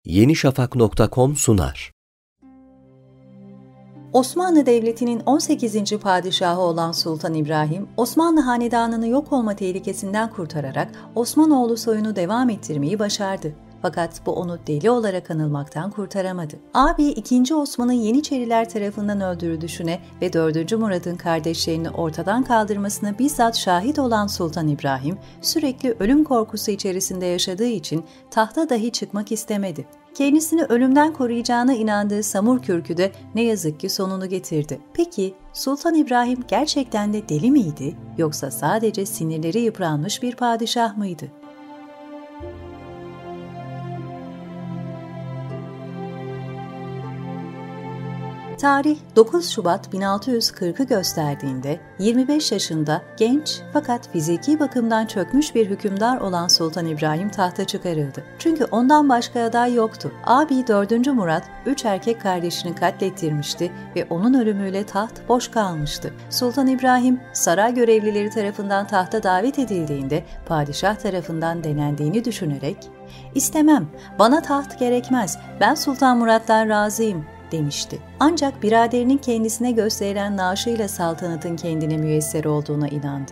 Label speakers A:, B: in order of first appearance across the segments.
A: yenişafak.com sunar.
B: Osmanlı Devleti'nin 18. padişahı olan Sultan İbrahim, Osmanlı Hanedanı'nı yok olma tehlikesinden kurtararak Osmanoğlu soyunu devam ettirmeyi başardı. Fakat bu onu deli olarak anılmaktan kurtaramadı. Abi 2. Osman'ın Yeniçeriler tarafından öldürülüşüne ve 4. Murad'ın kardeşlerini ortadan kaldırmasına bizzat şahit olan Sultan İbrahim, sürekli ölüm korkusu içerisinde yaşadığı için tahta dahi çıkmak istemedi. Kendisini ölümden koruyacağına inandığı Samurkürk'ü de ne yazık ki sonunu getirdi. Peki Sultan İbrahim gerçekten de deli miydi, yoksa sadece sinirleri yıpranmış bir padişah mıydı? Tarih 9 Şubat 1640'ı gösterdiğinde 25 yaşında genç fakat fiziki bakımdan çökmüş bir hükümdar olan Sultan İbrahim tahta çıkarıldı. Çünkü ondan başka aday yoktu. Abi 4. Murad 3 erkek kardeşini katlettirmişti ve onun ölümüyle taht boş kalmıştı. Sultan İbrahim saray görevlileri tarafından tahta davet edildiğinde padişah tarafından denendiğini düşünerek "İstemem, bana taht gerekmez, ben Sultan Murad'dan razıyım" demişti. Ancak biraderinin kendisine gösterilen naaşıyla saltanatın kendine müyesser olduğuna inandı.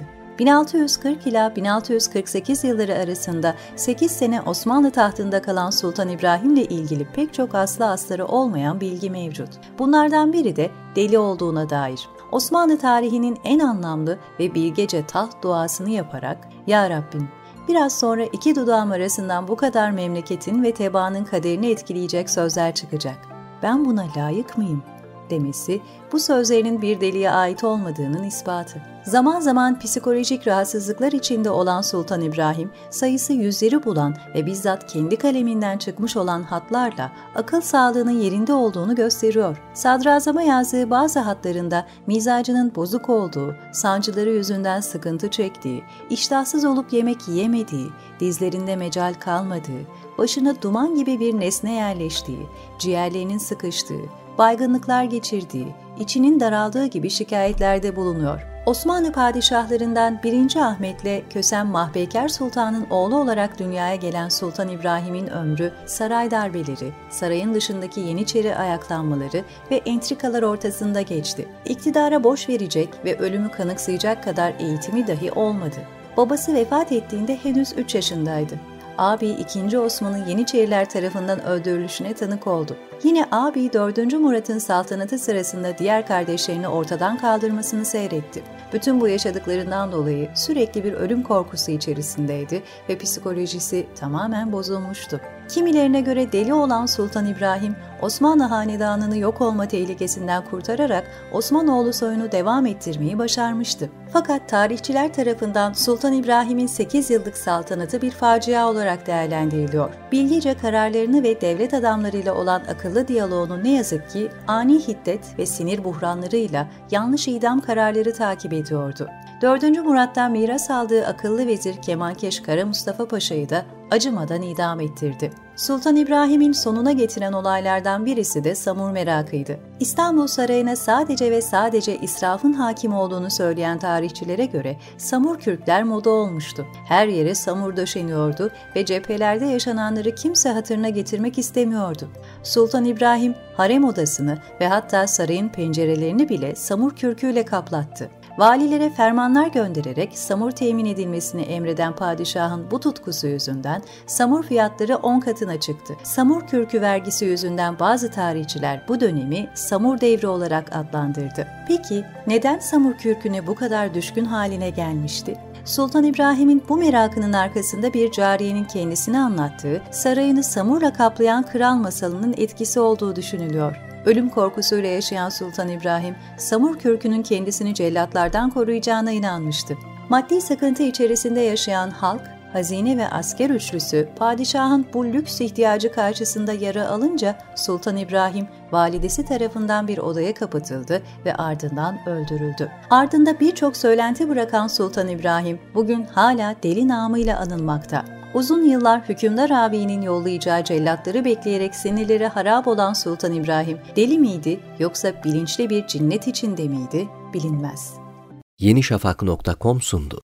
B: 1640 ila 1648 yılları arasında 8 sene Osmanlı tahtında kalan Sultan İbrahim'le ilgili pek çok aslı astarı olmayan bilgi mevcut. Bunlardan biri de deli olduğuna dair. Osmanlı tarihinin en anlamlı ve bilgece taht duasını yaparak "Ya Rabbim, biraz sonra iki dudağım arasından bu kadar memleketin ve tebaanın kaderini etkileyecek sözler çıkacak. Ben buna layık mıyım?" demesi, bu sözlerinin bir deliye ait olmadığının ispatı. Zaman zaman psikolojik rahatsızlıklar içinde olan Sultan İbrahim, sayısı yüzleri bulan ve bizzat kendi kaleminden çıkmış olan hatlarla akıl sağlığının yerinde olduğunu gösteriyor. Sadrazama yazdığı bazı hatlarında mizacının bozuk olduğu, sancıları yüzünden sıkıntı çektiği, iştahsız olup yemek yiyemediği, dizlerinde mecal kalmadığı, başına duman gibi bir nesne yerleştiği, ciğerlerinin sıkıştığı, baygınlıklar geçirdiği, içinin daraldığı gibi şikayetlerde bulunuyor. Osmanlı padişahlarından 1. Ahmet'le Kösem Mahpeyker Sultan'ın oğlu olarak dünyaya gelen Sultan İbrahim'in ömrü saray darbeleri, sarayın dışındaki Yeniçeri ayaklanmaları ve entrikalar ortasında geçti. İktidara boş verecek ve ölümü kanıksayacak kadar eğitimi dahi olmadı. Babası vefat ettiğinde henüz 3 yaşındaydı. Abi 2. Osman'ın Yeniçeriler tarafından öldürülüşüne tanık oldu. Yine abi 4. Murat'ın saltanatı sırasında diğer kardeşlerini ortadan kaldırmasını seyretti. Bütün bu yaşadıklarından dolayı sürekli bir ölüm korkusu içerisindeydi ve psikolojisi tamamen bozulmuştu. Kimilerine göre deli olan Sultan İbrahim, Osmanlı Hanedanı'nı yok olma tehlikesinden kurtararak Osmanoğlu soyunu devam ettirmeyi başarmıştı. Fakat tarihçiler tarafından Sultan İbrahim'in 8 yıllık saltanatı bir facia olarak değerlendiriliyor. Bilgice kararlarını ve devlet adamlarıyla olan akıllı diyaloğunu ne yazık ki ani hiddet ve sinir buhranlarıyla yanlış idam kararları takip ediyordu. 4. Murat'tan miras aldığı akıllı vezir Kemankeş Kara Mustafa Paşa'yı da acımadan idam ettirdi. Sultan İbrahim'in sonuna getiren olaylardan birisi de samur merakıydı. İstanbul Sarayı'na sadece ve sadece israfın hakim olduğunu söyleyen tarihçilere göre Samurkürkler moda olmuştu. Her yere samur döşeniyordu ve cephelerde yaşananları kimse hatırına getirmek istemiyordu. Sultan İbrahim harem odasını ve hatta sarayın pencerelerini bile samur kürküyle kaplattı. Valilere fermanlar göndererek samur temin edilmesini emreden padişahın bu tutkusu yüzünden samur fiyatları 10 katına çıktı. Samur kürkü vergisi yüzünden bazı tarihçiler bu dönemi samur devri olarak adlandırdı. Peki neden samur kürküne bu kadar düşkün haline gelmişti? Sultan İbrahim'in bu merakının arkasında bir cariyenin kendisine anlattığı, sarayını samurla kaplayan kral masalının etkisi olduğu düşünülüyor. Ölüm korkusuyla yaşayan Sultan İbrahim, samur kürkünün kendisini cellatlardan koruyacağına inanmıştı. Maddi sıkıntı içerisinde yaşayan halk, hazine ve asker üçlüsü padişahın bu lüks ihtiyacı karşısında yara alınca Sultan İbrahim validesi tarafından bir odaya kapatıldı ve ardından öldürüldü. Ardında birçok söylenti bırakan Sultan İbrahim bugün hala deli namıyla anılmakta. Uzun yıllar hükümdar ağabeyinin yollayacağı cellatları bekleyerek sinirleri harap olan Sultan İbrahim deli miydi yoksa bilinçli bir cinnet içinde miydi bilinmez.
A: yenişafak.com sundu.